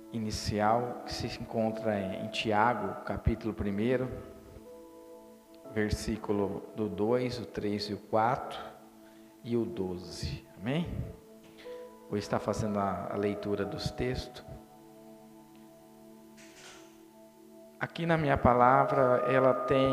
inicial que se encontra em Tiago, capítulo 1, versículo do 2, o 3 e o 4 e o 12, amém? Vou estar fazendo a leitura dos textos. Aqui na minha palavra, ela tem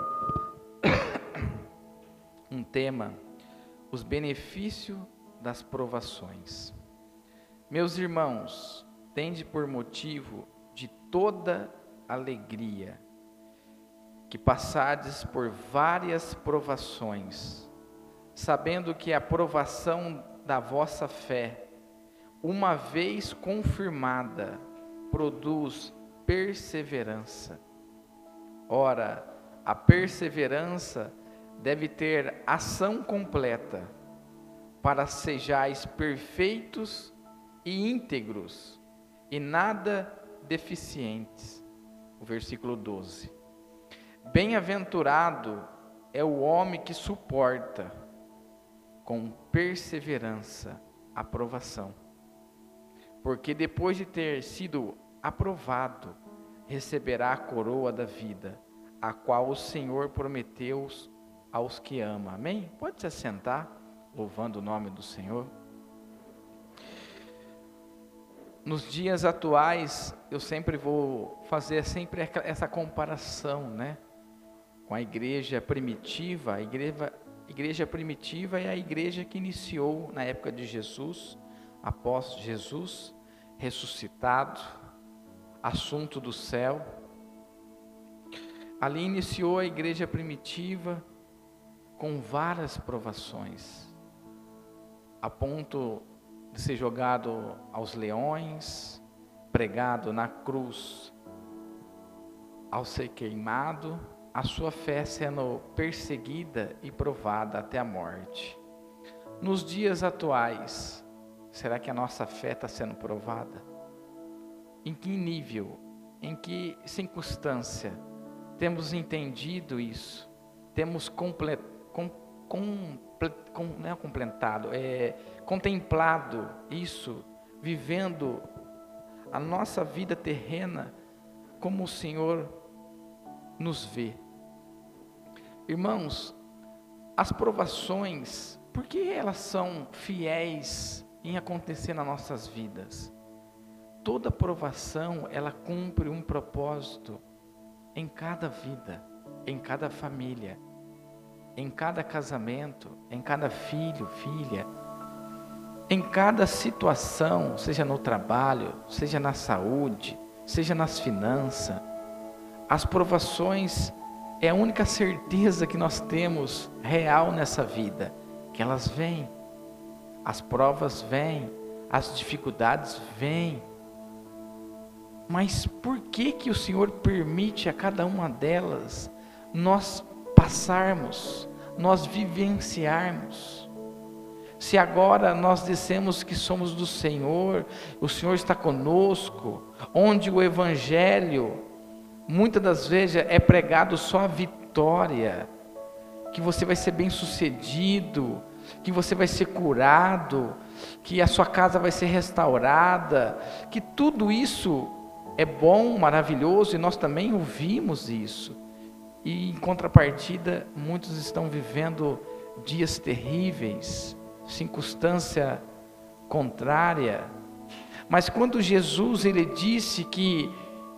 um tema: os benefícios das provações. Meus irmãos, tende por motivo de toda alegria que passardes por várias provações, sabendo que a provação da vossa fé, uma vez confirmada, produz perseverança. Ora, a perseverança deve ter ação completa, para sejais perfeitos e íntegros, e nada deficientes. O versículo 12. Bem-aventurado é o homem que suporta com perseverança a provação, porque depois de ter sido aprovado, receberá a coroa da vida, a qual o Senhor prometeu aos que ama. Amém? Pode se assentar, louvando o nome do Senhor. Nos dias atuais, eu sempre vou fazer essa comparação, né? Com a igreja primitiva. A igreja primitiva é a igreja que iniciou na época de Jesus, após Jesus ressuscitado, assunto do céu. Ali iniciou a igreja primitiva com várias provações, a ponto de ser jogado aos leões, pregado na cruz, ao ser queimado, a sua fé sendo perseguida e provada até a morte. Nos dias atuais, será que a nossa fé está sendo provada? Em que nível, em que circunstância temos entendido isso? Temos contemplado isso, vivendo a nossa vida terrena como o Senhor nos vê? Irmãos, as provações, por que elas são fiéis em acontecer nas nossas vidas? Toda provação, ela cumpre um propósito em cada vida, em cada família, em cada casamento, em cada filho, filha, em cada situação, seja no trabalho, seja na saúde, seja nas finanças. As provações é a única certeza que nós temos real nessa vida, que elas vêm, as provas vêm, as dificuldades vêm. Mas por que o Senhor permite a cada uma delas nós passarmos, nós vivenciarmos? Se agora nós dissemos que somos do Senhor, o Senhor está conosco, onde o Evangelho, muitas das vezes é pregado só a vitória, que você vai ser bem sucedido, que você vai ser curado, que a sua casa vai ser restaurada, que tudo isso é bom, maravilhoso, e nós também ouvimos isso. E em contrapartida, muitos estão vivendo dias terríveis, circunstância contrária. Mas quando Jesus ele disse que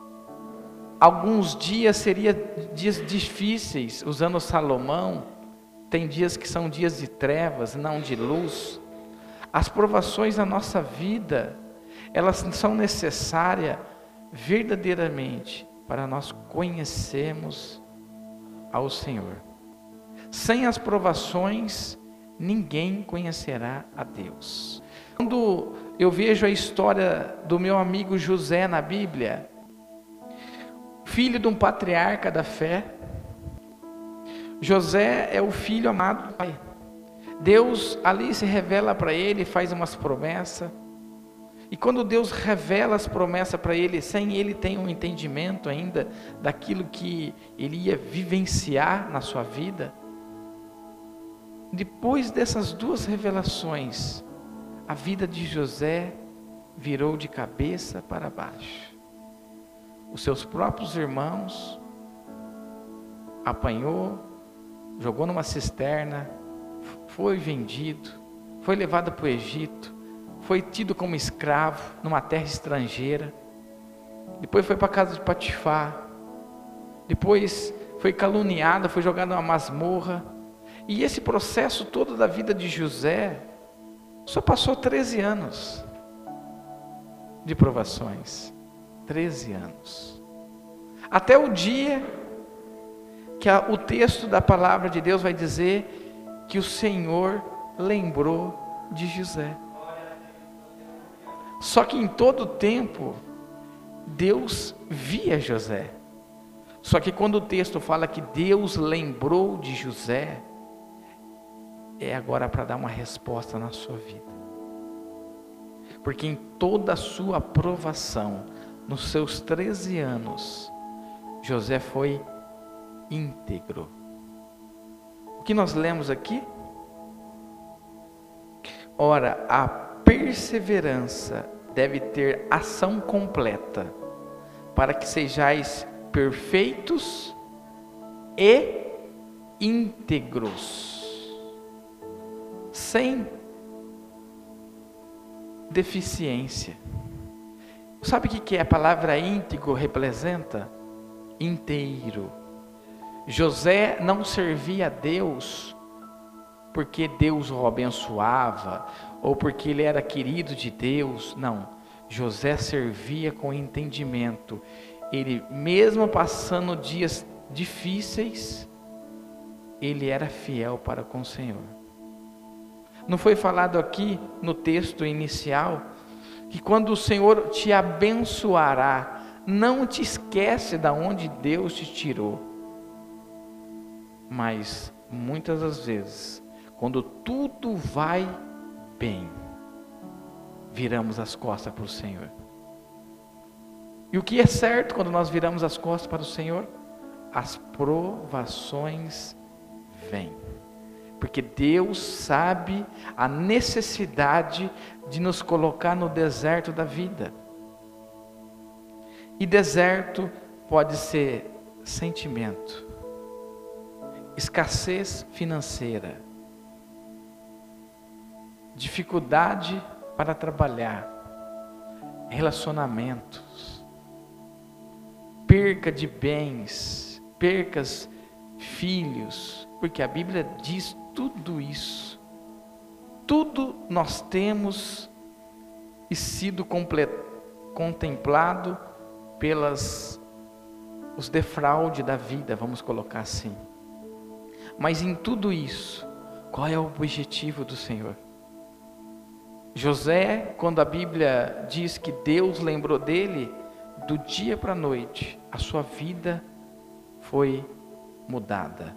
alguns dias seriam dias difíceis, usando Salomão, tem dias que são dias de trevas, não de luz. As provações na nossa vida, elas são necessárias verdadeiramente para nós conhecermos ao Senhor. Sem as provações, ninguém conhecerá a Deus. Quando eu vejo a história do meu amigo José na Bíblia, filho de um patriarca da fé, José é o filho amado do pai. Deus ali se revela para ele, faz umas promessas. E quando Deus revela as promessas para ele, sem ele ter um entendimento ainda daquilo que ele ia vivenciar na sua vida, depois dessas duas revelações, a vida de José virou de cabeça para baixo. Os seus próprios irmãos apanhou, jogou numa cisterna, foi vendido, foi levado para o Egito, foi tido como escravo numa terra estrangeira, depois foi para a casa de Potifar, depois foi caluniado, foi jogado numa masmorra. E esse processo todo da vida de José só passou 13 anos de provações. 13 anos. Até o dia que o texto da palavra de Deus vai dizer que o Senhor lembrou de José. Só que em todo o tempo, Deus via José. Só que quando o texto fala que Deus lembrou de José, é agora para dar uma resposta na sua vida. Porque em toda a sua provação, nos seus 13 anos, José foi íntegro. O que nós lemos aqui? Ora, a perseverança deve ter ação completa, para que sejais perfeitos e íntegros, sem deficiência. Sabe o que a palavra íntegro representa? Inteiro. José não servia a Deus porque Deus o abençoava, ou porque ele era querido de Deus. Não, José servia com entendimento. Ele, mesmo passando dias difíceis, ele era fiel para com o Senhor. Não foi falado aqui no texto inicial que quando o Senhor te abençoará, não te esquece de onde Deus te tirou. Mas muitas das vezes, quando tudo vai bem, viramos as costas para o Senhor. E o que é certo quando nós viramos as costas para o Senhor? As provações vêm. Porque Deus sabe a necessidade de nos colocar no deserto da vida. E deserto pode ser sentimento, escassez financeira, dificuldade para trabalhar, relacionamentos, perca de bens, percas filhos, porque a Bíblia diz tudo isso. Tudo nós temos e sido contemplado os defraudes da vida, vamos colocar assim. Mas em tudo isso, qual é o objetivo do Senhor? José, quando a Bíblia diz que Deus lembrou dele, do dia para a noite, a sua vida foi mudada.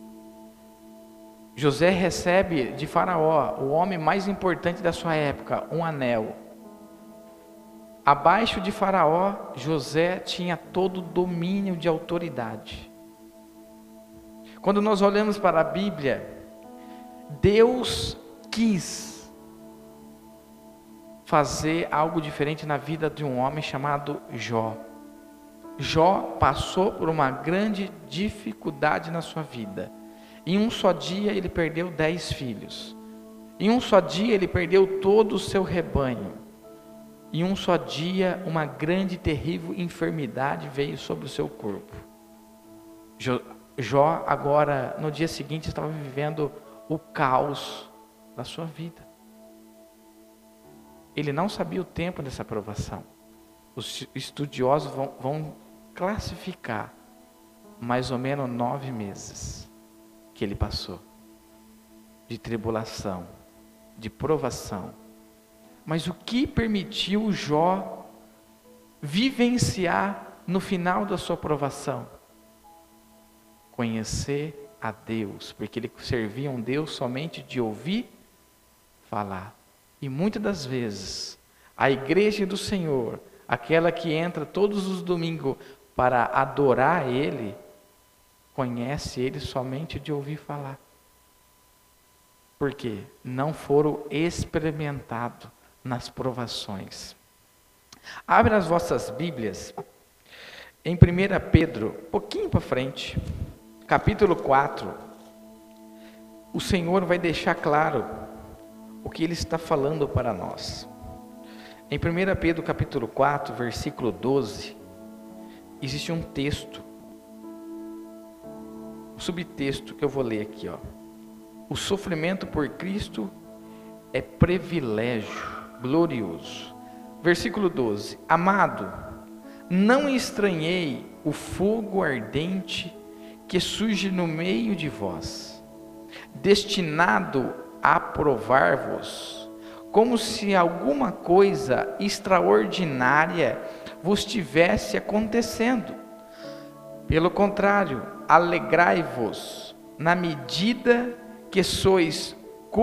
José recebe de Faraó, o homem mais importante da sua época, um anel. Abaixo de Faraó, José tinha todo o domínio de autoridade. Quando nós olhamos para a Bíblia, Deus quis fazer algo diferente na vida de um homem chamado Jó. Jó passou por uma grande dificuldade na sua vida. Em um só dia ele perdeu 10 filhos. Em um só dia ele perdeu todo o seu rebanho. Em um só dia uma grande e terrível enfermidade veio sobre o seu corpo. Jó agora no dia seguinte estava vivendo o caos da sua vida. Ele não sabia o tempo dessa provação. Os estudiosos vão classificar mais ou menos 9 meses que ele passou de tribulação, de provação. Mas o que permitiu Jó vivenciar no final da sua provação? Conhecer a Deus, porque ele servia um Deus somente de ouvir falar. E muitas das vezes, a igreja do Senhor, aquela que entra todos os domingos para adorar Ele, conhece Ele somente de ouvir falar. Porque não foram experimentados nas provações. Abre as vossas Bíblias em 1 Pedro, um pouquinho para frente, capítulo 4. O Senhor vai deixar claro o que Ele está falando para nós. Em 1 Pedro capítulo 4, versículo 12, existe um texto, um subtexto que eu vou ler aqui, ó. O sofrimento por Cristo é privilégio glorioso. Versículo 12: Amado, não estranhei o fogo ardente que surge no meio de vós, destinado a provar-vos, como se alguma coisa extraordinária vos tivesse acontecendo. Pelo contrário, alegrai-vos na medida que sois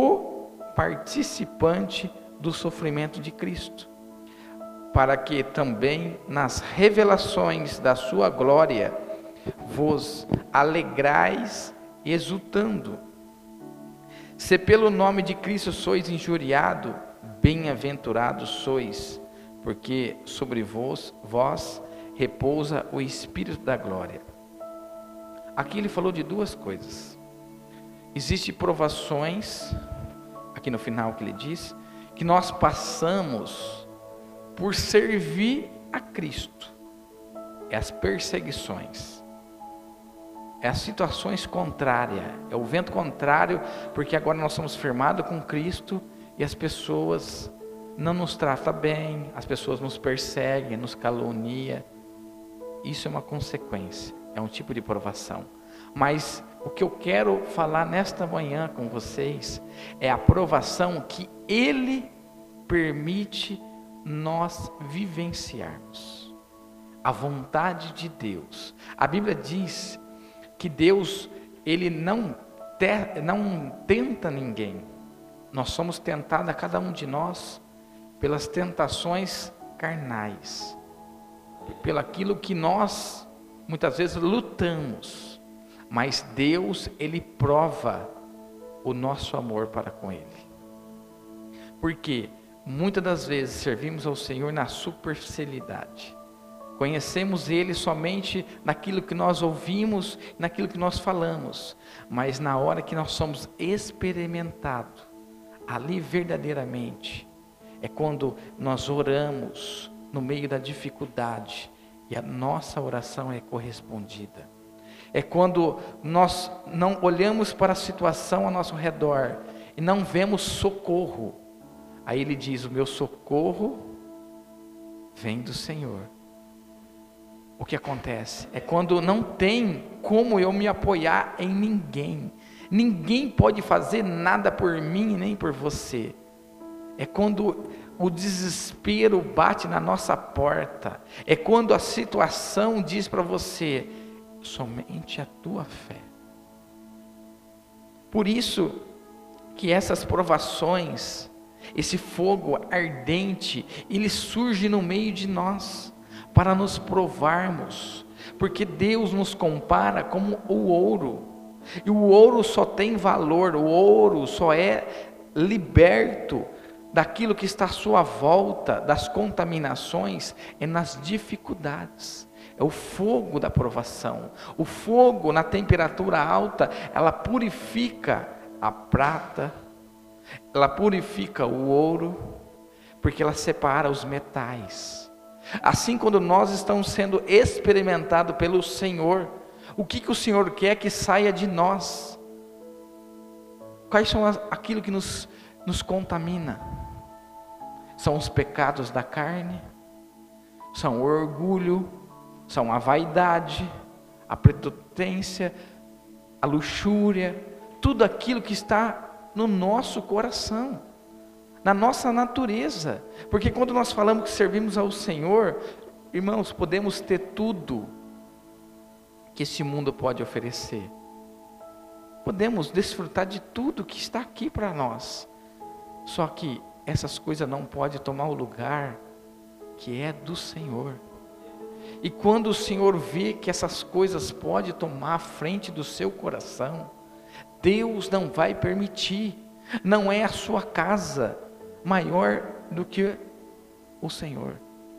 co-participante do sofrimento de Cristo, para que também nas revelações da sua glória vos alegrais exultando. Se pelo nome de Cristo sois injuriado, bem-aventurados sois, porque sobre vós repousa o Espírito da glória. Aqui ele falou de duas coisas. Existem provações, aqui no final que ele diz, que nós passamos por servir a Cristo. É as perseguições, é as situações contrárias, é o vento contrário, porque agora nós somos firmados com Cristo e as pessoas não nos tratam bem, as pessoas nos perseguem, nos caluniam. Isso é uma consequência, é um tipo de provação. Mas o que eu quero falar nesta manhã com vocês é a provação que Ele permite nós vivenciarmos. A vontade de Deus. A Bíblia diz que Deus, Ele não tenta ninguém. Nós somos tentados, a cada um de nós, pelas tentações carnais, pelo aquilo que nós muitas vezes lutamos, mas Deus, Ele prova o nosso amor para com Ele, porque muitas das vezes servimos ao Senhor na superficialidade, conhecemos Ele somente naquilo que nós ouvimos, naquilo que nós falamos, mas na hora que nós somos experimentados, ali verdadeiramente, é quando nós oramos no meio da dificuldade e a nossa oração é correspondida. É quando nós não olhamos para a situação ao nosso redor e não vemos socorro. Aí ele diz: o meu socorro vem do Senhor. O que acontece? É quando não tem como eu me apoiar em ninguém. Ninguém pode fazer nada por mim nem por você. É quando o desespero bate na nossa porta. É quando a situação diz para você: somente a tua fé. Por isso que essas provações, esse fogo ardente, ele surge no meio de nós, para nos provarmos, porque Deus nos compara como o ouro, e o ouro só tem valor, o ouro só é liberto daquilo que está à sua volta, das contaminações, é nas dificuldades. É o fogo da provação. O fogo na temperatura alta, ela purifica a prata, ela purifica o ouro, porque ela separa os metais. Assim, quando nós estamos sendo experimentados pelo Senhor, o que o Senhor quer que saia de nós? Quais são aquilo que nos contamina? São os pecados da carne, são o orgulho, são a vaidade, a prepotência, a luxúria, tudo aquilo que está no nosso coração, na nossa natureza. Porque quando nós falamos que servimos ao Senhor, irmãos, podemos ter tudo que esse mundo pode oferecer, podemos desfrutar de tudo que está aqui para nós, só que essas coisas não podem tomar o lugar que é do Senhor. E quando o Senhor vê que essas coisas podem tomar a frente do seu coração, Deus não vai permitir. Não é a sua casa maior do que o Senhor.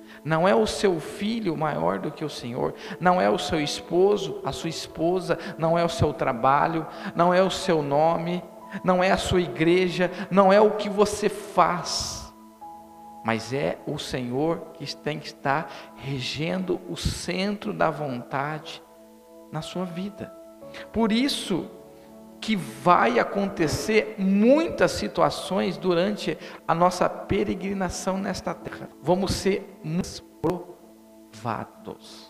Não é o seu filho maior do que o Senhor, não é o seu esposo, a sua esposa, não é o seu trabalho, não é o seu nome, não é a sua igreja, não é o que você faz, mas é o Senhor que tem que estar regendo o centro da vontade na sua vida. Por isso que vai acontecer muitas situações durante a nossa peregrinação nesta terra. Vamos ser provados,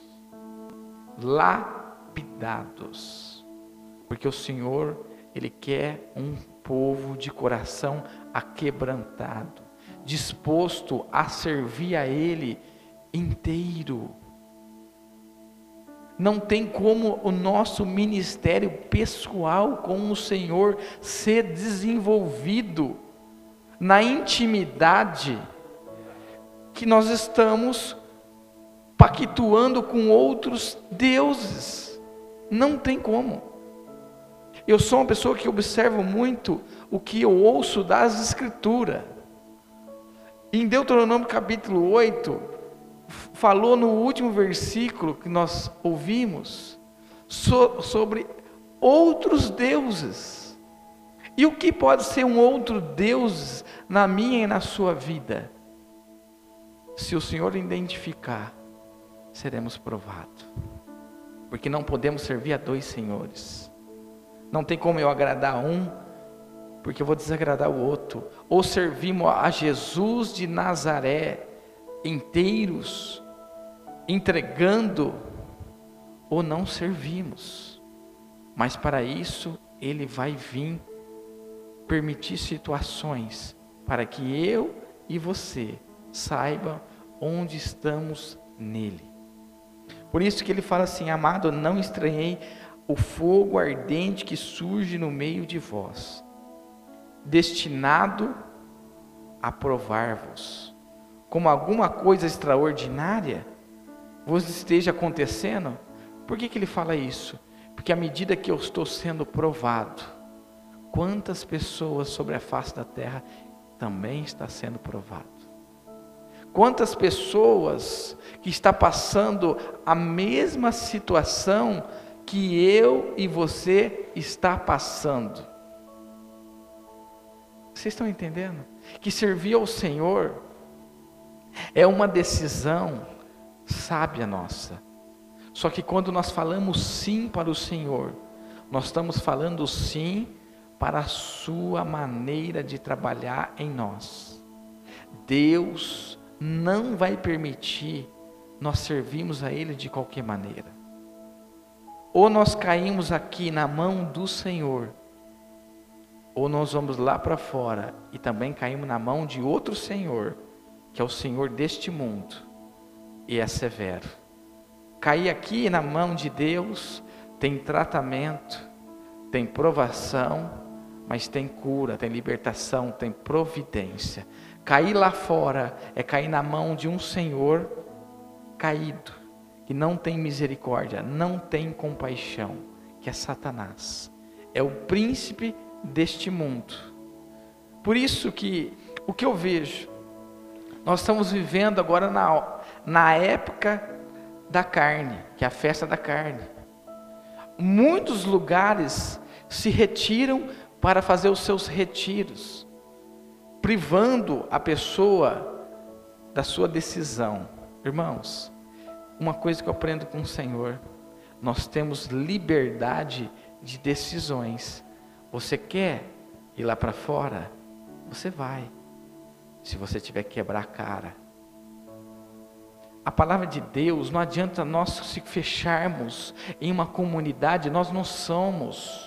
lapidados, porque o Senhor, Ele quer um povo de coração aquebrantado, disposto a servir a Ele inteiro. Não tem como o nosso ministério pessoal com o Senhor ser desenvolvido na intimidade que nós estamos pactuando com outros deuses. Não tem como. Eu sou uma pessoa que observo muito o que eu ouço das Escrituras. Em Deuteronômio capítulo 8, falou no último versículo que nós ouvimos, sobre outros deuses. E o que pode ser um outro Deus na minha e na sua vida? Se o Senhor identificar, seremos provados. Porque não podemos servir a dois senhores. Não tem como eu agradar um, porque eu vou desagradar o outro. Ou servimos a Jesus de Nazaré inteiros, entregando, ou não servimos. Mas para isso Ele vai vir permitir situações para que eu e você saibam onde estamos nele. Por isso que ele fala assim: amado, não estranhei o fogo ardente que surge no meio de vós, destinado a provar-vos, como alguma coisa extraordinária vos esteja acontecendo. Por que ele fala isso? Porque à medida que eu estou sendo provado, quantas pessoas sobre a face da terra também está sendo provado? Quantas pessoas que está passando a mesma situação que eu e você está passando? Vocês estão entendendo? Que servir ao Senhor é uma decisão sábia nossa. Só que quando nós falamos sim para o Senhor, nós estamos falando sim para a sua maneira de trabalhar em nós. Deus não vai permitir nós servirmos a Ele de qualquer maneira. Ou nós caímos aqui na mão do Senhor, ou nós vamos lá para fora e também caímos na mão de outro Senhor, que é o Senhor deste mundo, e é severo. Cair aqui na mão de Deus tem tratamento, tem provação, mas tem cura, tem libertação, tem providência. Cair lá fora é cair na mão de um Senhor caído, que não tem misericórdia, não tem compaixão, que é Satanás, é o príncipe deste mundo. Por isso que o que eu vejo, nós estamos vivendo agora na época da carne, que é a festa da carne. Muitos lugares se retiram para fazer os seus retiros, privando a pessoa da sua decisão. Irmãos, uma coisa que eu aprendo com o Senhor: nós temos liberdade de decisões. Você quer ir lá para fora? Você vai, se você tiver que quebrar a cara. A palavra de Deus, não adianta nós se fecharmos em uma comunidade. Nós não somos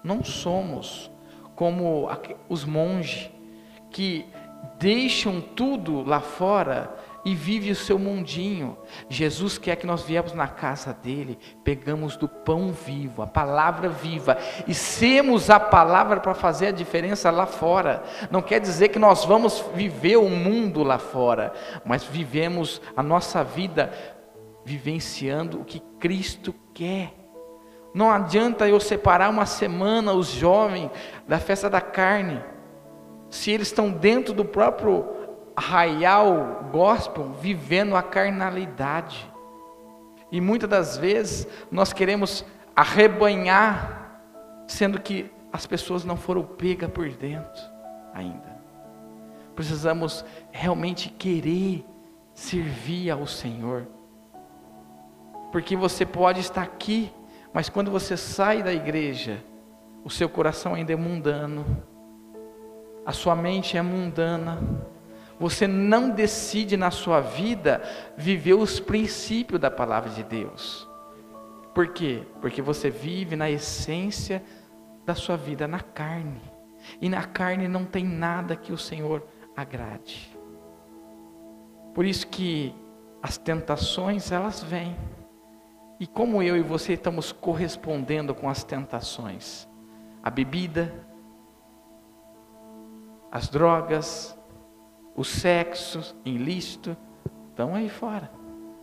como os monges que deixam tudo lá fora e vivem o seu mundinho. Jesus quer que nós viemos na casa dele, pegamos do pão vivo, a palavra viva, e semos a palavra para fazer a diferença lá fora. Não quer dizer que nós vamos viver o mundo lá fora, mas vivemos a nossa vida vivenciando o que Cristo quer. Não adianta eu separar uma semana os jovens da festa da carne, se eles estão dentro do próprio arraial gospel vivendo a carnalidade. E muitas das vezes nós queremos arrebanhar, sendo que as pessoas não foram pegas por dentro ainda. Precisamos realmente querer servir ao Senhor. Porque você pode estar aqui, mas quando você sai da igreja, o seu coração ainda é mundano, a sua mente é mundana. Você não decide na sua vida viver os princípios da palavra de Deus. Por quê? Porque você vive na essência da sua vida, na carne. E na carne não tem nada que o Senhor agrade. Por isso que as tentações, elas vêm. E como eu e você estamos correspondendo com as tentações? A bebida, as drogas, o sexo ilícito, estão aí fora.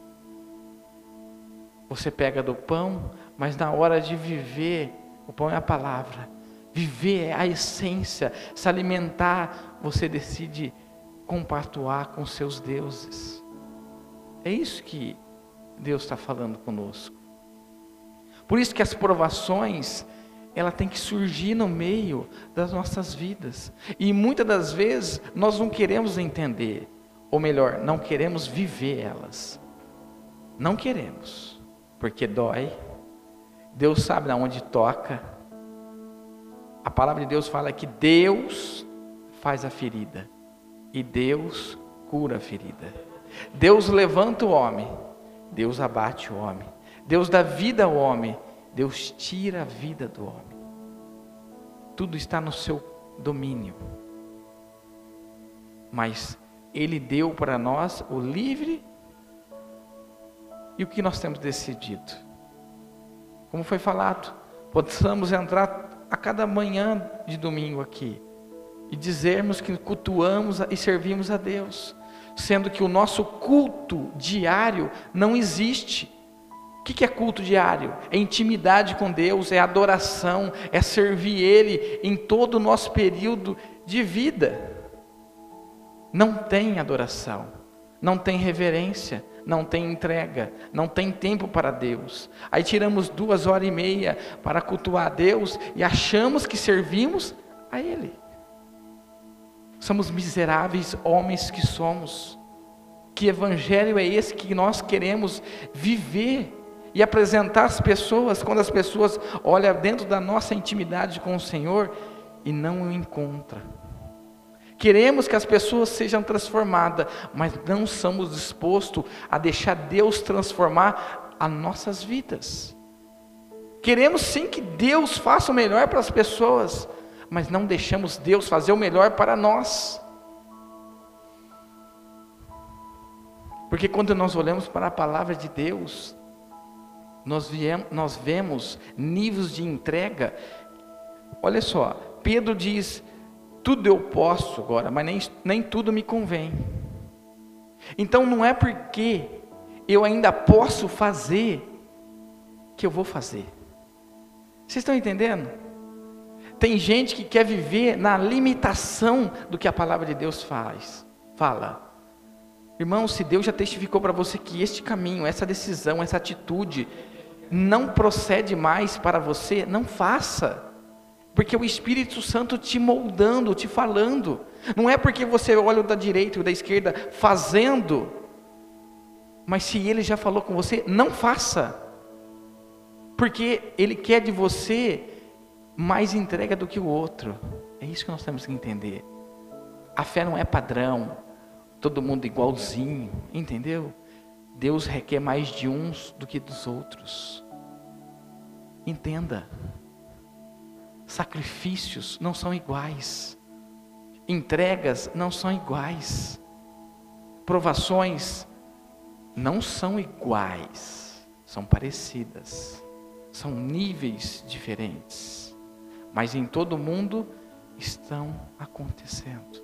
Você pega do pão, mas na hora de viver, o pão é a palavra. Viver é a essência, se alimentar, você decide compactuar com seus deuses. É isso que Deus está falando conosco. Por isso que as provações, ela tem que surgir no meio das nossas vidas. E muitas das vezes nós não queremos entender, ou melhor, não queremos viver elas. Não queremos, porque dói. Deus sabe aonde toca. A palavra de Deus fala que Deus faz a ferida e Deus cura a ferida. Deus levanta o homem, Deus abate o homem. Deus dá vida ao homem, Deus tira a vida do homem. Tudo está no seu domínio. Mas Ele deu para nós o livre. E o que nós temos decidido? Como foi falado, possamos entrar a cada manhã de domingo aqui e dizermos que cultuamos e servimos a Deus, sendo que o nosso culto diário não existe. O que é culto diário? É intimidade com Deus, é adoração, é servir Ele em todo o nosso período de vida. Não tem adoração, não tem reverência, não tem entrega, não tem tempo para Deus. Aí tiramos 2h30 para cultuar a Deus e achamos que servimos a Ele. Somos miseráveis homens que somos. Que evangelho é esse que nós queremos viver e apresentar às pessoas, quando as pessoas olham dentro da nossa intimidade com o Senhor e não o encontram? Queremos que as pessoas sejam transformadas, mas não somos dispostos a deixar Deus transformar as nossas vidas. Queremos sim que Deus faça o melhor para as pessoas, mas não deixamos Deus fazer o melhor para nós. Porque quando nós olhamos para a palavra de Deus, nós vemos níveis de entrega. Olha só, Pedro diz: tudo eu posso agora, mas nem tudo me convém. Então não é porque eu ainda posso fazer que eu vou fazer. Vocês estão entendendo? Tem gente que quer viver na limitação do que a palavra de Deus fala. Irmão, se Deus já testificou para você que este caminho, essa decisão, essa atitude não procede mais para você, não faça. Porque o Espírito Santo te moldando, te falando. Não é porque você olha o da direita ou da esquerda fazendo, mas se Ele já falou com você, não faça. Porque Ele quer de você mais entrega do que o outro. É isso que nós temos que entender. A fé não é padrão, todo mundo igualzinho, entendeu? Deus requer mais de uns do que dos outros. Entenda. Sacrifícios não são iguais. Entregas não são iguais. Provações não são iguais. São parecidas. São níveis diferentes. Mas em todo o mundo estão acontecendo.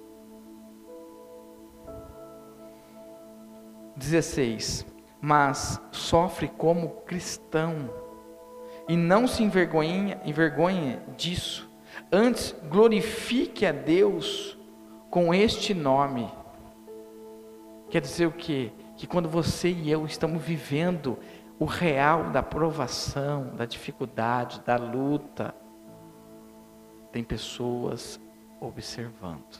16. Mas sofre como cristão, e não se envergonhe disso. Antes glorifique a Deus com este nome. Quer dizer o quê? Que quando você e eu estamos vivendo o real da provação, da dificuldade, da luta, tem pessoas observando.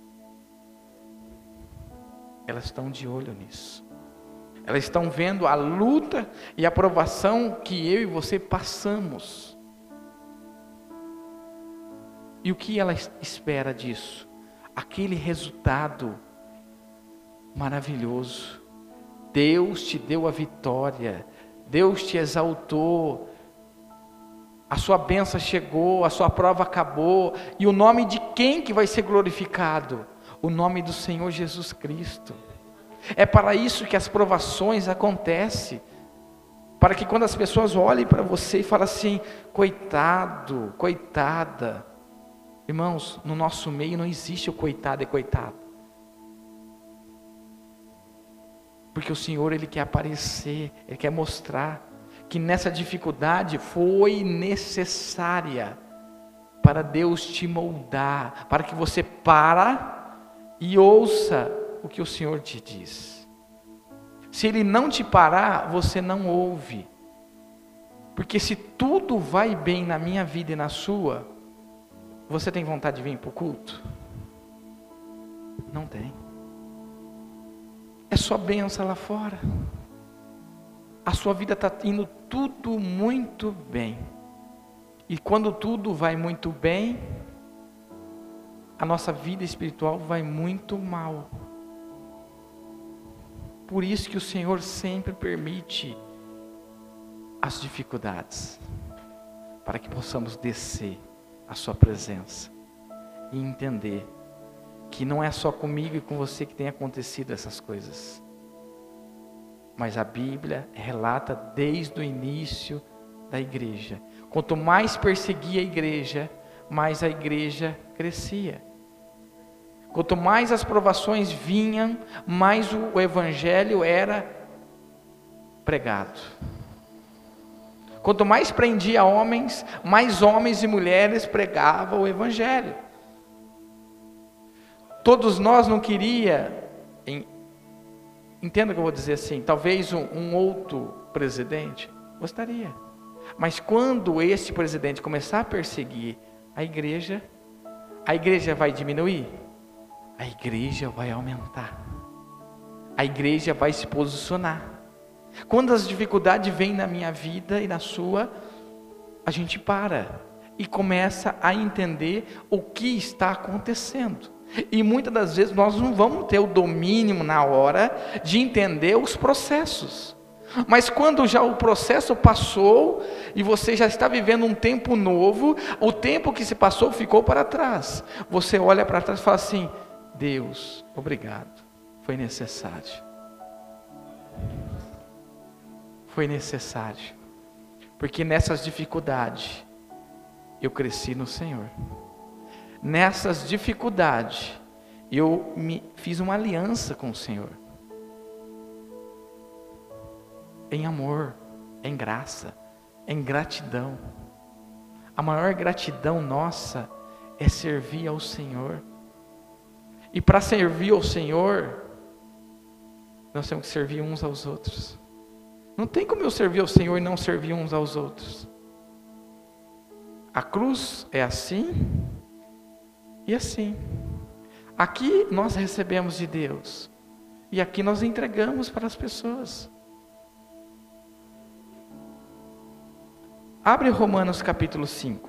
Elas estão de olho nisso. Elas estão vendo a luta e a provação que eu e você passamos. E o que ela espera disso? Aquele resultado maravilhoso. Deus te deu a vitória. Deus te exaltou. A sua bênção chegou, a sua prova acabou. E o nome de quem que vai ser glorificado? O nome do Senhor Jesus Cristo. É para isso que as provações acontecem. Para que quando as pessoas olhem para você e falem assim: coitado, coitada. Irmãos, no nosso meio não existe o coitado e coitado. Porque o Senhor, Ele quer aparecer, Ele quer mostrar que nessa dificuldade foi necessária para Deus te moldar, para que você para e ouça o que o Senhor te diz. Se Ele não te parar, você não ouve. Porque se tudo vai bem na minha vida e na sua, você tem vontade de vir para o culto? Não tem. É só bênção lá fora. A sua vida está indo tudo muito bem. E quando tudo vai muito bem, a nossa vida espiritual vai muito mal. Por isso que o Senhor sempre permite as dificuldades, para que possamos descer a sua presença e entender que não é só comigo e com você que tem acontecido essas coisas, mas a Bíblia relata desde o início da igreja. Quanto mais perseguia a igreja, mais a igreja crescia. Quanto mais as provações vinham, mais o evangelho era pregado. Quanto mais prendia homens, mais homens e mulheres pregavam o evangelho. Todos nós não queríamos, entenda o que eu vou dizer assim, talvez um outro presidente gostaria. Mas quando esse presidente começar a perseguir a igreja vai diminuir? A igreja vai aumentar. A igreja vai se posicionar. Quando as dificuldades vêm na minha vida e na sua, a gente para e começa a entender o que está acontecendo. E muitas das vezes nós não vamos ter o domínio na hora de entender os processos. Mas quando já o processo passou e você já está vivendo um tempo novo, o tempo que se passou ficou para trás. Você olha para trás e fala assim: Deus, obrigado, foi necessário. Foi necessário, porque nessas dificuldades eu cresci no Senhor. Nessas dificuldades eu fiz uma aliança com o Senhor, em amor, em graça, em gratidão. A maior gratidão nossa é servir ao Senhor. E para servir ao Senhor, nós temos que servir uns aos outros. Não tem como eu servir ao Senhor e não servir uns aos outros. A cruz é assim e assim. Aqui nós recebemos de Deus e aqui nós entregamos para as pessoas. Abre Romanos capítulo 5.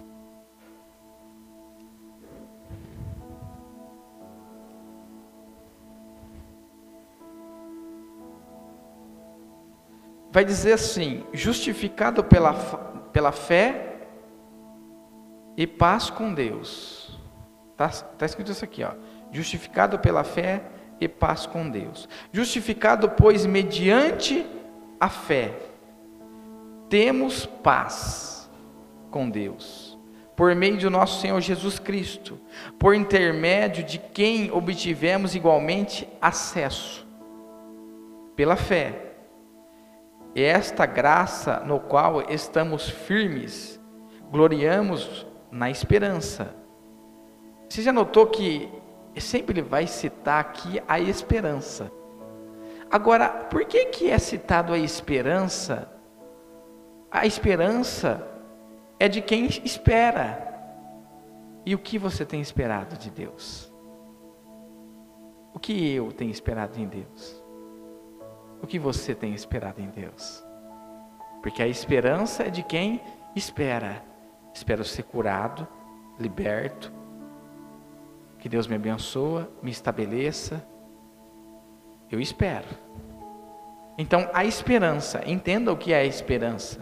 Vai dizer assim: justificado pela fé e paz com Deus. Está escrito isso aqui, ó. Justificado pela fé e paz com Deus. Justificado, pois, mediante a fé, temos paz com Deus, por meio do nosso Senhor Jesus Cristo, por intermédio de quem obtivemos igualmente acesso, pela fé. Esta graça no qual estamos firmes, gloriamos na esperança. Você já notou que sempre ele vai citar aqui a esperança? Agora, por que é citado a esperança? A esperança é de quem espera. E o que você tem esperado de Deus? O que eu tenho esperado em Deus? O que você tem esperado em Deus? Porque a esperança é de quem espera. Espero ser curado, liberto, que Deus me abençoe, me estabeleça. Eu espero. Então, a esperança, entenda o que é a esperança.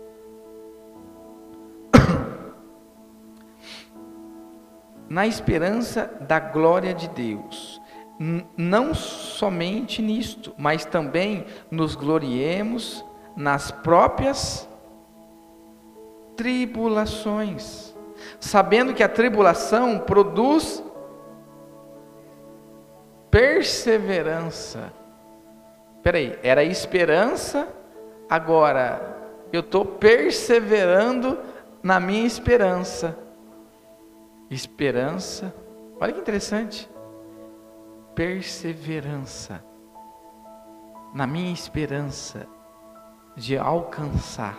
Na esperança da glória de Deus, não somente nisto, mas também nos gloriemos nas próprias tribulações, sabendo que a tribulação produz perseverança. Peraí, era esperança, agora eu estou perseverando na minha esperança. Esperança, olha que interessante, perseverança na minha esperança de alcançar.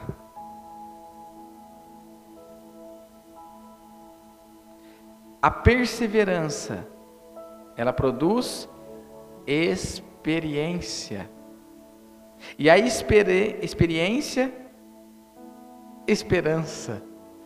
A perseverança, ela produz experiência, e a experiência, esperança.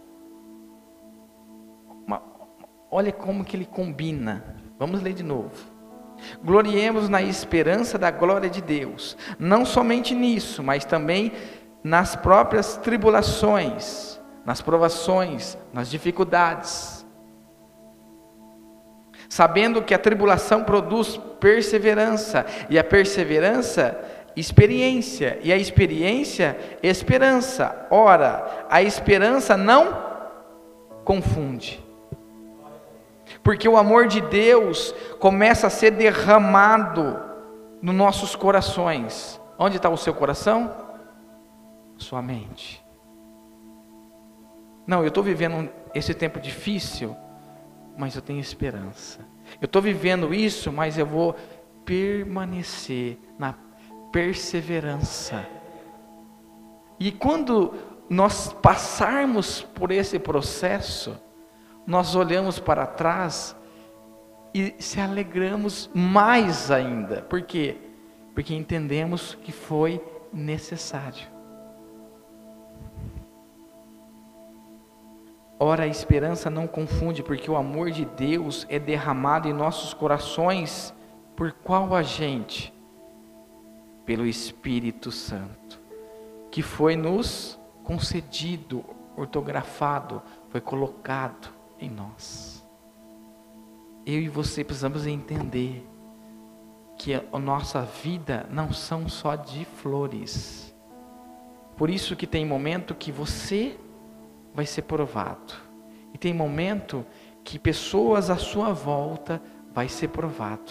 Olha como que ele combina. Vamos ler de novo. Gloriemos na esperança da glória de Deus, não somente nisso, mas também nas próprias tribulações, nas provações, nas dificuldades, sabendo que a tribulação produz perseverança, e a perseverança, experiência, e a experiência, esperança. Ora, a esperança não confunde, porque o amor de Deus começa a ser derramado nos nossos corações. Onde está o seu coração? Sua mente. Não, eu estou vivendo esse tempo difícil, mas eu tenho esperança. Eu estou vivendo isso, mas eu vou permanecer na perseverança. E quando nós passarmos por esse processo, nós olhamos para trás e se alegramos mais ainda. Por quê? Porque entendemos que foi necessário. Ora, a esperança não confunde, porque o amor de Deus é derramado em nossos corações por qual agente? Pelo Espírito Santo, que foi nos concedido, ortografado, foi colocado em nós. Eu e você precisamos entender que a nossa vida não são só de flores. Por isso que tem momento que você vai ser provado, e tem momento que pessoas à sua volta vai ser provado.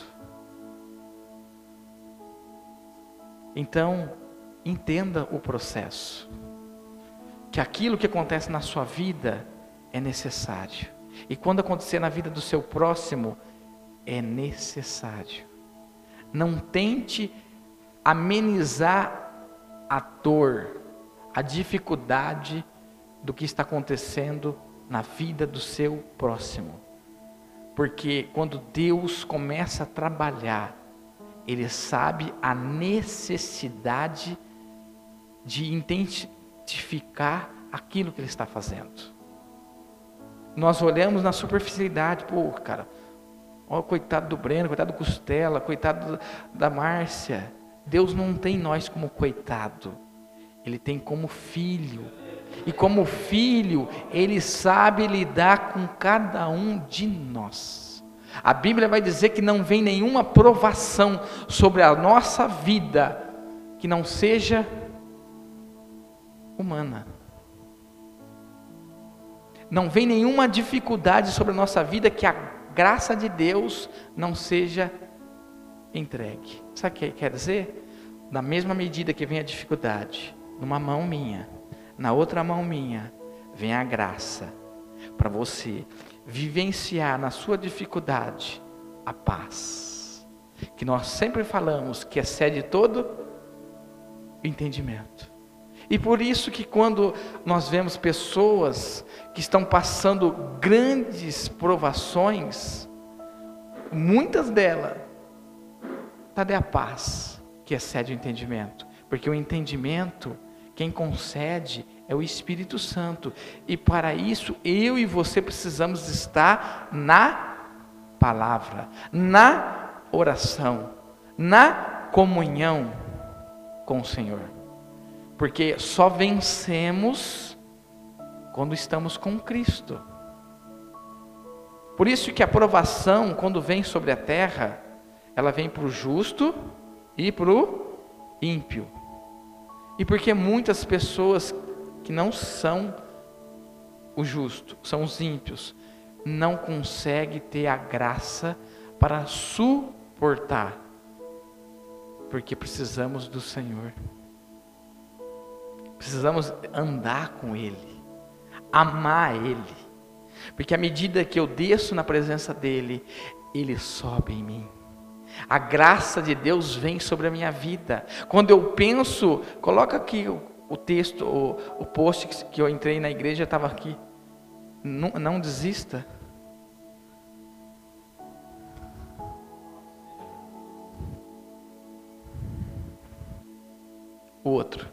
Então, entenda o processo, que aquilo que acontece na sua vida é necessário. E quando acontecer na vida do seu próximo, é necessário. Não tente amenizar a dor, a dificuldade do que está acontecendo na vida do seu próximo. Porque quando Deus começa a trabalhar, Ele sabe a necessidade de identificar aquilo que Ele está fazendo. Nós olhamos na superficialidade, pô, cara, ó, coitado do Breno, coitado do Costela, coitado da Márcia. Deus não tem nós como coitado, Ele tem como filho. E como filho, Ele sabe lidar com cada um de nós. A Bíblia vai dizer que não vem nenhuma provação sobre a nossa vida que não seja humana. Não vem nenhuma dificuldade sobre a nossa vida que a graça de Deus não seja entregue. Sabe o que quer dizer? Na mesma medida que vem a dificuldade, numa mão minha, na outra mão minha, vem a graça para você vivenciar na sua dificuldade a paz. que nós sempre falamos que excede todo entendimento. E por isso que quando nós vemos pessoas que estão passando grandes provações, muitas delas, cadê a paz que excede o entendimento? Porque o entendimento, quem concede é o Espírito Santo. E para isso, eu e você precisamos estar na palavra, na oração, na comunhão com o Senhor. Porque só vencemos quando estamos com Cristo. Por isso que a provação, quando vem sobre a terra, ela vem para o justo e para o ímpio. E porque muitas pessoas que não são o justo, são os ímpios, não conseguem ter a graça para suportar. Porque precisamos do Senhor. Precisamos andar com Ele, amar Ele, porque à medida que eu desço na presença dEle, Ele sobe em mim, a graça de Deus vem sobre a minha vida. Quando eu penso, coloca aqui o texto, o post que eu entrei na igreja, estava aqui, não desista. O outro.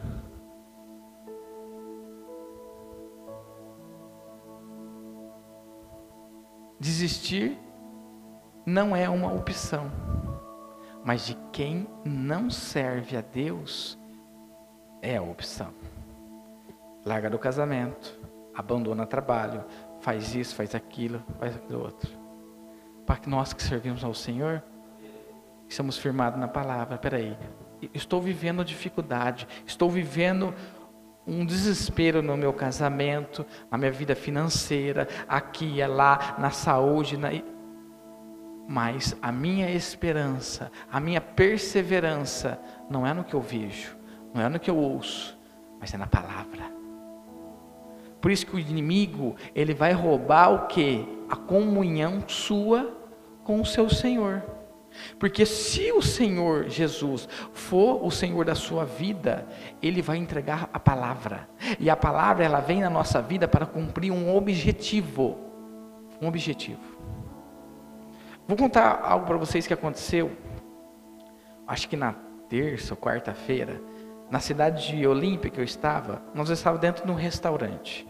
Desistir não é uma opção, mas de quem não serve a Deus é a opção. Larga do casamento, abandona trabalho, faz isso, faz aquilo outro. Para que nós que servimos ao Senhor, estamos firmados na palavra. Peraí, estou vivendo dificuldade, estou vivendo um desespero no meu casamento, na minha vida financeira, aqui e lá, na saúde, mas a minha esperança, a minha perseverança, não é no que eu vejo, não é no que eu ouço, mas é na palavra. Por isso que o inimigo, ele vai roubar o quê? A comunhão sua com o seu Senhor. Porque se o Senhor Jesus for o Senhor da sua vida, Ele vai entregar a palavra. E a palavra, ela vem na nossa vida para cumprir um objetivo. Um objetivo. Vou contar algo para vocês que aconteceu, acho que na terça ou quarta-feira, na cidade de Olímpia que eu estava, nós estávamos dentro de um restaurante.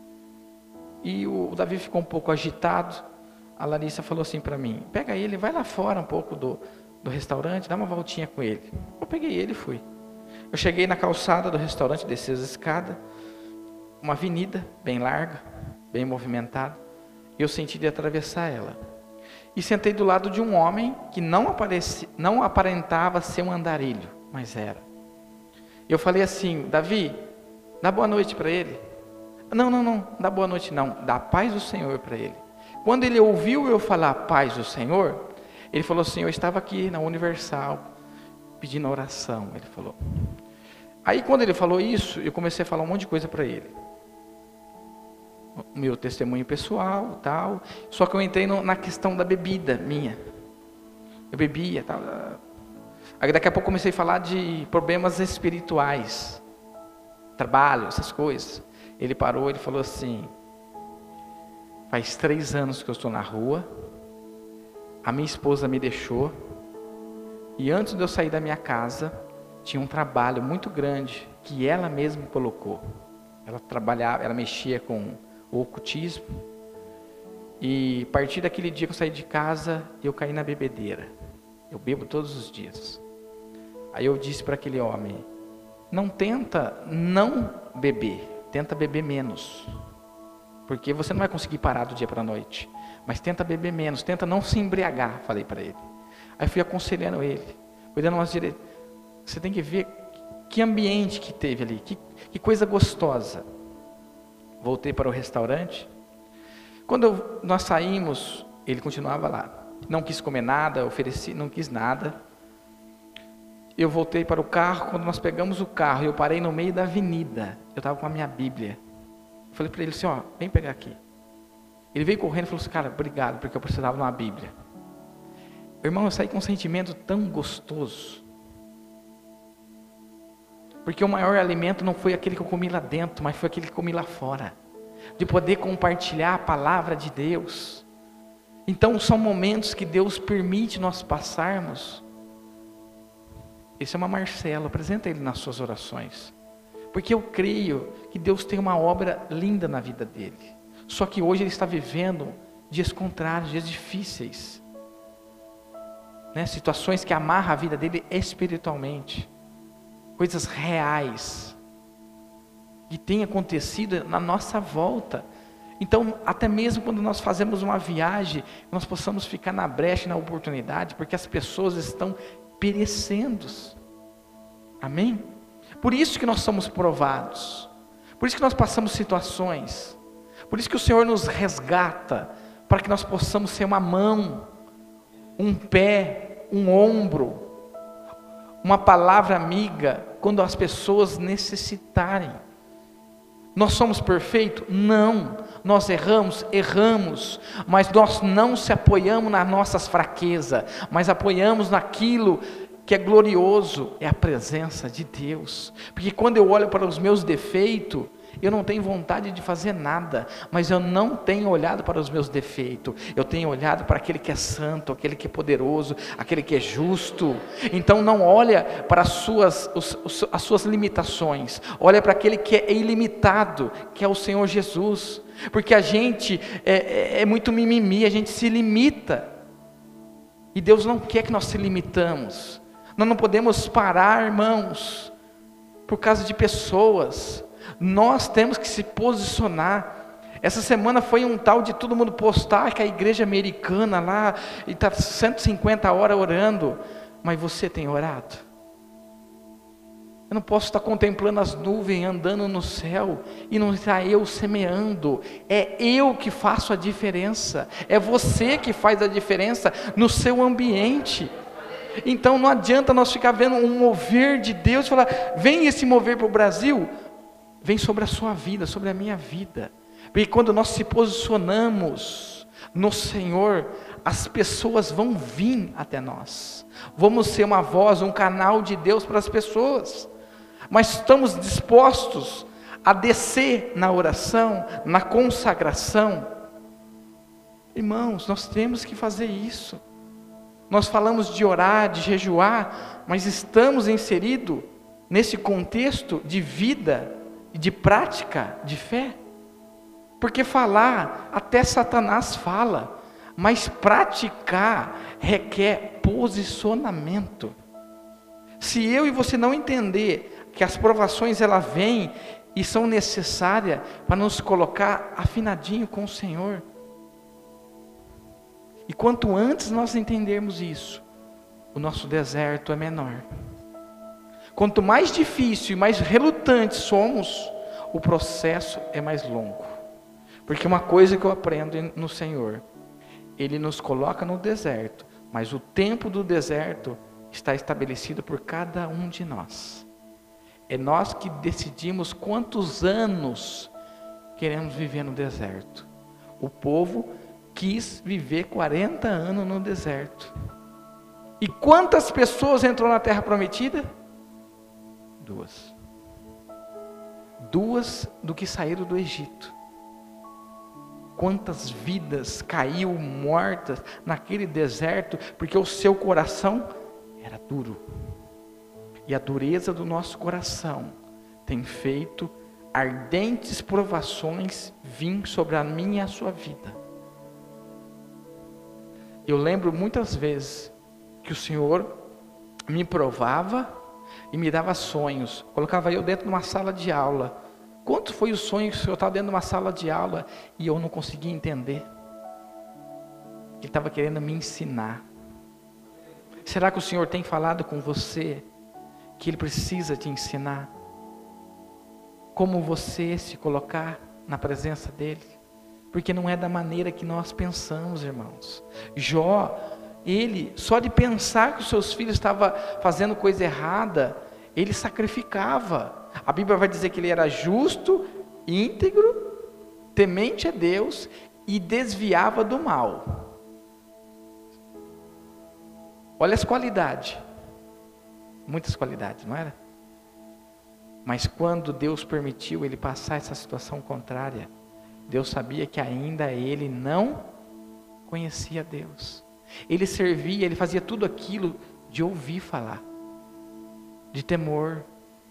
E o Davi ficou um pouco agitado. A Larissa falou assim para mim, pega ele, vai lá fora um pouco do restaurante, dá uma voltinha com ele. Eu peguei ele e fui. Eu cheguei na calçada do restaurante, desci as escadas, uma avenida bem larga, bem movimentada, e eu senti de atravessar ela. E sentei do lado de um homem que não aparentava ser um andarilho, mas era. Eu falei assim, Davi, dá boa noite para ele. Não, dá boa noite não, dá a paz do Senhor para ele. Quando ele ouviu eu falar paz do Senhor, ele falou assim, eu estava aqui na Universal, pedindo oração, ele falou. Aí quando ele falou isso, eu comecei a falar um monte de coisa para ele. O meu testemunho pessoal, tal. Só que eu entrei na questão da bebida minha. Eu bebia, tal. Aí daqui a pouco comecei a falar de problemas espirituais. Trabalho, essas coisas. Ele parou, ele falou assim, faz 3 anos que eu estou na rua, a minha esposa me deixou, e antes de eu sair da minha casa, tinha um trabalho muito grande, que ela mesma colocou. Ela trabalhava, ela mexia com o ocultismo, e a partir daquele dia que eu saí de casa, eu caí na bebedeira. Eu bebo todos os dias. Aí eu disse para aquele homem, não tenta não beber, tenta beber menos. Porque você não vai conseguir parar do dia para a noite. Mas tenta beber menos, tenta não se embriagar, falei para ele. Aí fui aconselhando ele, fui dando umas direções. Você tem que ver que ambiente que teve ali, que coisa gostosa. Voltei para o restaurante. Quando nós saímos, ele continuava lá. Não quis comer nada, ofereci, não quis nada. Eu voltei para o carro, quando nós pegamos o carro, eu parei no meio da avenida. Eu estava com a minha Bíblia. Eu falei para ele assim, ó, vem pegar aqui. Ele veio correndo e falou assim, cara, obrigado, porque eu precisava de uma Bíblia. Irmão, eu saí com um sentimento tão gostoso. Porque o maior alimento não foi aquele que eu comi lá dentro, mas foi aquele que eu comi lá fora. De poder compartilhar a palavra de Deus. Então são momentos que Deus permite nós passarmos. Esse é uma Marcelo, apresenta ele nas suas orações. Porque eu creio que Deus tem uma obra linda na vida dele. Só que hoje ele está vivendo dias contrários, dias difíceis. Situações que amarram a vida dele espiritualmente. Coisas reais. Que têm acontecido na nossa volta. Então, até mesmo quando nós fazemos uma viagem, nós possamos ficar na brecha, na oportunidade, porque as pessoas estão perecendo. Amém? Por isso que nós somos provados. Por isso que nós passamos situações. Por isso que o Senhor nos resgata, para que nós possamos ser uma mão, um pé, um ombro, uma palavra amiga, quando as pessoas necessitarem. Nós somos perfeitos? Não. Nós erramos, mas nós não se apoiamos nas nossas fraquezas, mas apoiamos naquilo que é glorioso, é a presença de Deus. Porque quando eu olho para os meus defeitos, eu não tenho vontade de fazer nada, mas eu não tenho olhado para os meus defeitos, eu tenho olhado para aquele que é santo, aquele que é poderoso, aquele que é justo. Então não olha para as suas limitações, olha para aquele que é ilimitado, que é o Senhor Jesus. Porque a gente é muito mimimi, a gente se limita, e Deus não quer que nós se limitamos. Nós não podemos parar, irmãos, por causa de pessoas. Nós temos que se posicionar. Essa semana foi um tal de todo mundo postar que a igreja americana lá está 150 horas orando. Mas você tem orado? Eu não posso estar contemplando as nuvens andando no céu e não está eu semeando. É eu que faço a diferença. É você que faz a diferença no seu ambiente. Então não adianta nós ficar vendo um mover de Deus e falar, vem esse mover para o Brasil. Vem sobre a sua vida, sobre a minha vida. Porque quando nós se posicionamos no Senhor, as pessoas vão vir até nós. Vamos ser uma voz, um canal de Deus para as pessoas. Mas estamos dispostos a descer na oração, na consagração. Irmãos, nós temos que fazer isso. Nós falamos de orar, de jejuar, mas estamos inseridos nesse contexto de vida e de prática de fé. Porque falar, até Satanás fala, mas praticar requer posicionamento. Se eu e você não entender que as provações elas vêm e são necessárias para nos colocar afinadinho com o Senhor. E quanto antes nós entendermos isso, o nosso deserto é menor. Quanto mais difícil e mais relutante somos, o processo é mais longo. Porque uma coisa que eu aprendo no Senhor, Ele nos coloca no deserto, mas o tempo do deserto está estabelecido por cada um de nós. É nós que decidimos quantos anos queremos viver no deserto. O povo quis viver 40 anos no deserto. E quantas pessoas entrou na terra prometida? 2. 2 do que saíram do Egito. Quantas vidas caiu mortas naquele deserto, porque o seu coração era duro. E a dureza do nosso coração tem feito ardentes provações vir sobre a minha e a sua vida. Eu lembro muitas vezes que o Senhor me provava e me dava sonhos. Colocava eu dentro de uma sala de aula. Quanto foi o sonho que o Senhor estava dentro de uma sala de aula e eu não conseguia entender? Ele estava querendo me ensinar. Será que o Senhor tem falado com você que Ele precisa te ensinar? Como você se colocar na presença dEle? Porque não é da maneira que nós pensamos, irmãos. Jó, ele, só de pensar que os seus filhos estavam fazendo coisa errada, ele sacrificava. A Bíblia vai dizer que ele era justo, íntegro, temente a Deus e desviava do mal. Olha as qualidades. Muitas qualidades, não era? Mas quando Deus permitiu ele passar essa situação contrária, Deus sabia que ainda ele não conhecia Deus. Ele servia, ele fazia tudo aquilo de ouvir falar, de temor,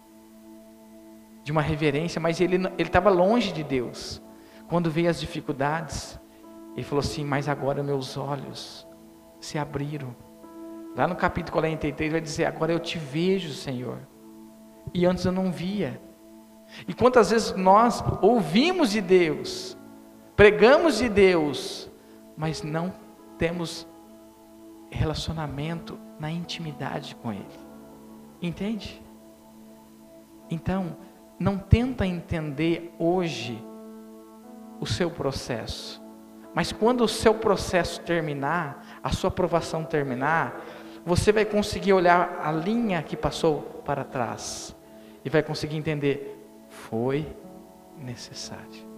de uma reverência, mas ele estava longe de Deus. Quando veio as dificuldades, ele falou assim: mas agora meus olhos se abriram. Lá no capítulo 43 vai dizer: agora eu te vejo, Senhor, e antes eu não via. E quantas vezes nós ouvimos de Deus, pregamos de Deus, mas não temos relacionamento na intimidade com Ele, entende? Então, não tenta entender hoje o seu processo, mas quando o seu processo terminar, a sua aprovação terminar, você vai conseguir olhar a linha que passou para trás, e vai conseguir entender: foi necessário.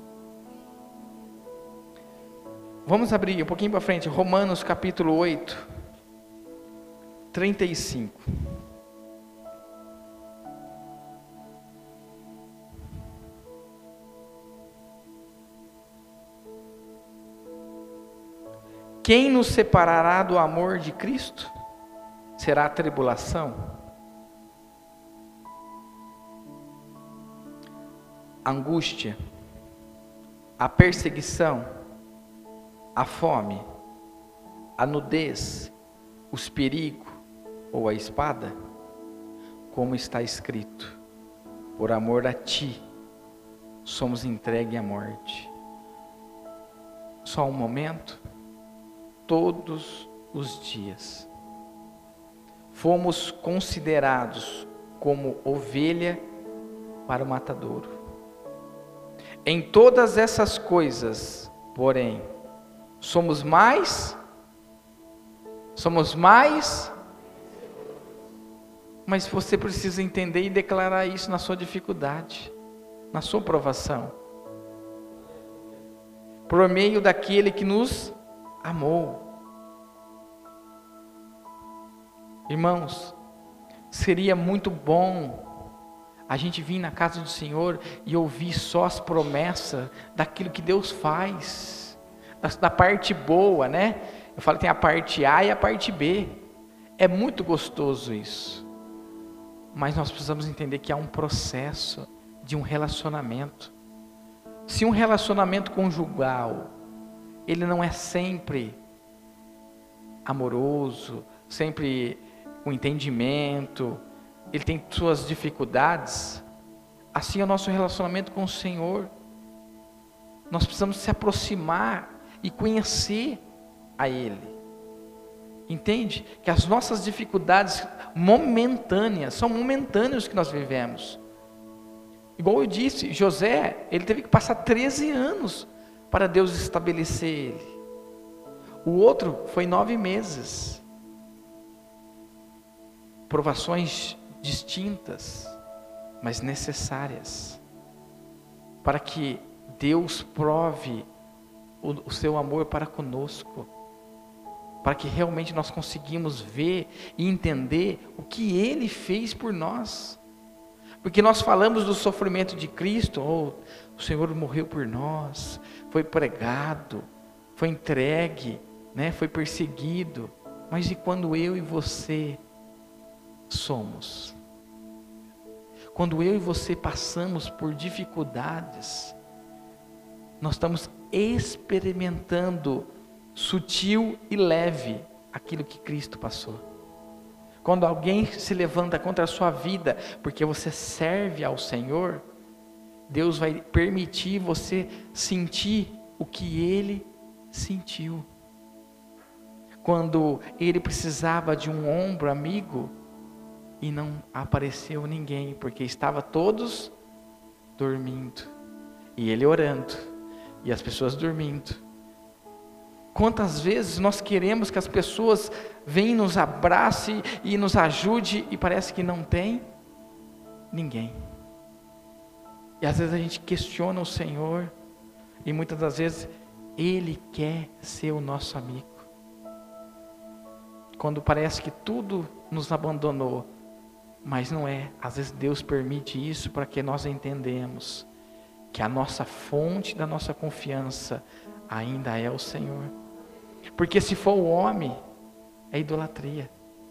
Vamos abrir um pouquinho para frente, Romanos capítulo 8, 35. Quem nos separará do amor de Cristo? Será a tribulação? A angústia? A perseguição? A fome? A nudez? Os perigos? Ou a espada? Como está escrito: por amor a ti, somos entregues à morte. Só um momento. Todos os dias fomos considerados como ovelha para o matadouro. Em todas essas coisas, porém, somos mais, mas você precisa entender e declarar isso na sua dificuldade, na sua provação, por meio daquele que nos amou. Irmãos, seria muito bom a gente vir na casa do Senhor e ouvir só as promessas daquilo que Deus faz, da parte boa, né? Eu falo que tem a parte A e a parte B. É muito gostoso isso, mas nós precisamos entender que há um processo de um relacionamento. Se um relacionamento conjugal ele não é sempre amoroso, sempre com entendimento, ele tem suas dificuldades, assim é o nosso relacionamento com o Senhor. Nós precisamos se aproximar e conhecer a Ele. Entende? Que as nossas dificuldades momentâneas, são momentâneas que nós vivemos. Igual eu disse, José, ele teve que passar 13 anos para Deus estabelecer ele. O outro foi 9 meses. Provações distintas, mas necessárias, para que Deus prove o seu amor para conosco, para que realmente nós conseguimos ver e entender o que Ele fez por nós. Porque nós falamos do sofrimento de Cristo, o Senhor morreu por nós, foi pregado, foi entregue, né, foi perseguido, mas e quando eu e você somos? Quando eu e você passamos por dificuldades, nós estamos experimentando sutil e leve aquilo que Cristo passou. Quando alguém se levanta contra a sua vida, porque você serve ao Senhor, Deus vai permitir você sentir o que Ele sentiu. Quando Ele precisava de um ombro amigo, e não apareceu ninguém, porque estava todos dormindo, e Ele orando, e as pessoas dormindo. Quantas vezes nós queremos que as pessoas venham, nos abracem e nos ajude, e parece que não tem ninguém. E às vezes a gente questiona o Senhor, e muitas das vezes Ele quer ser o nosso amigo. quando parece que tudo nos abandonou, mas não é. Às vezes Deus permite isso para que nós entendamos que a nossa fonte da nossa confiança ainda é o Senhor. Porque se for o homem, é idolatria.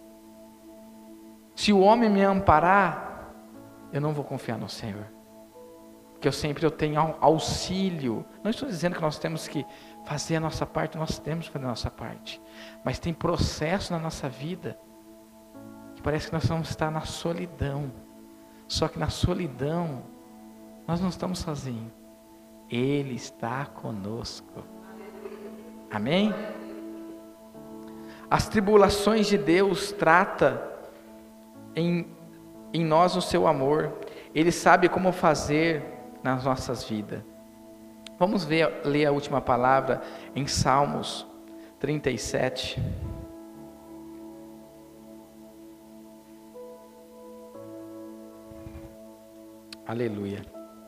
Se o homem me amparar, eu não vou confiar no Senhor. Porque eu tenho auxílio. Não estou dizendo que nós temos que fazer a nossa parte, nós temos que fazer a nossa parte. Mas tem processo na nossa vida que parece que nós vamos estar na solidão. Só que na solidão, nós não estamos sozinhos. Ele está conosco. Amém? As tribulações de Deus trata em nós o seu amor. Ele sabe como fazer nas nossas vidas. Vamos ler a última palavra em Salmos 37. Aleluia.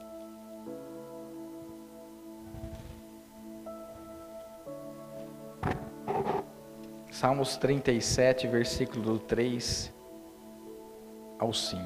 Salmos 37, versículo do 3 ao 5.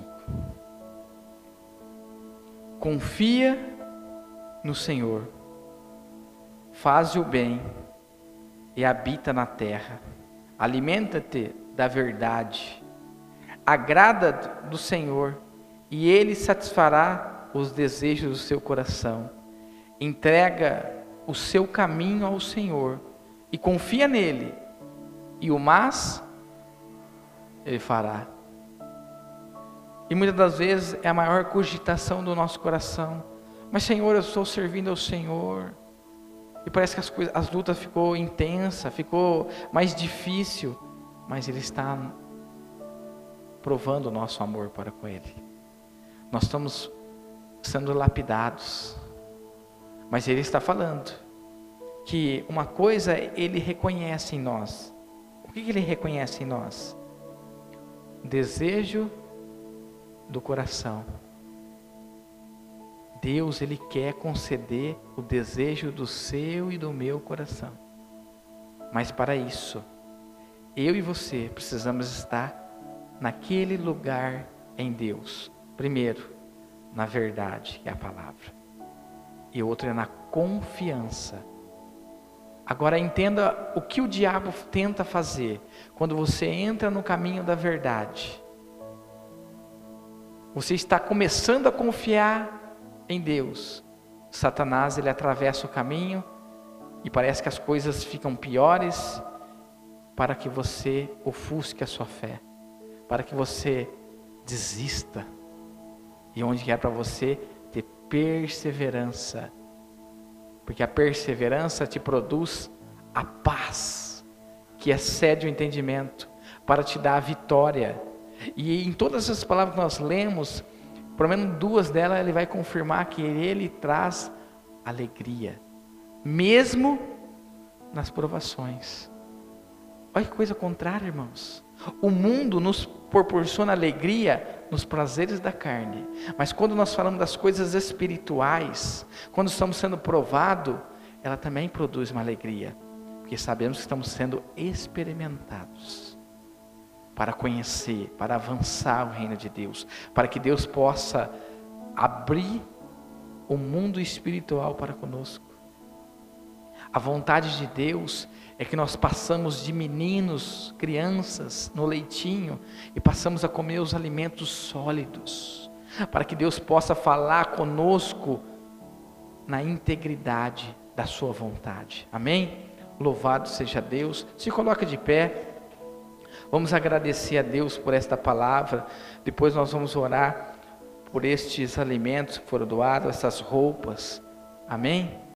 Confia no Senhor, faz o bem e habita na terra. Alimenta-te da verdade. Agrada do Senhor e Ele satisfará os desejos do seu coração. Entrega o seu caminho ao Senhor e confia nele, e o mais Ele fará. E muitas das vezes é a maior cogitação do nosso coração. Mas Senhor, eu estou servindo ao Senhor. E parece que as lutas ficou intensa, ficou mais difícil. Mas Ele está provando o nosso amor para com Ele. Nós estamos sendo lapidados. Mas Ele está falando que uma coisa Ele reconhece em nós. O que Ele reconhece em nós? Desejo do coração. Deus, Ele quer conceder o desejo do seu e do meu coração. Mas para isso, eu e você precisamos estar naquele lugar em Deus. Primeiro, na verdade, que é a palavra. E outro é na confiança. Agora entenda o que o diabo tenta fazer. Quando você entra no caminho da verdade, você está começando a confiar em Deus. Satanás, ele atravessa o caminho e parece que as coisas ficam piores para que você ofusque a sua fé, para que você desista. E onde é para você ter perseverança, porque a perseverança te produz a paz, que excede o entendimento, para te dar a vitória. E em todas as palavras que nós lemos, pelo menos duas delas, ele vai confirmar que Ele traz alegria, mesmo nas provações. Olha que coisa contrária, irmãos. O mundo nos proporciona alegria nos prazeres da carne, mas quando nós falamos das coisas espirituais, quando estamos sendo provados, ela também produz uma alegria, porque sabemos que estamos sendo experimentados para conhecer, para avançar o reino de Deus, para que Deus possa abrir o mundo espiritual para conosco. A vontade de Deus é que nós passamos de meninos, crianças, no leitinho, e passamos a comer os alimentos sólidos, para que Deus possa falar conosco na integridade da sua vontade. Amém? Louvado seja Deus. Se coloca de pé. Vamos agradecer a Deus por esta palavra. Depois nós vamos orar por estes alimentos que foram doados, essas roupas. Amém?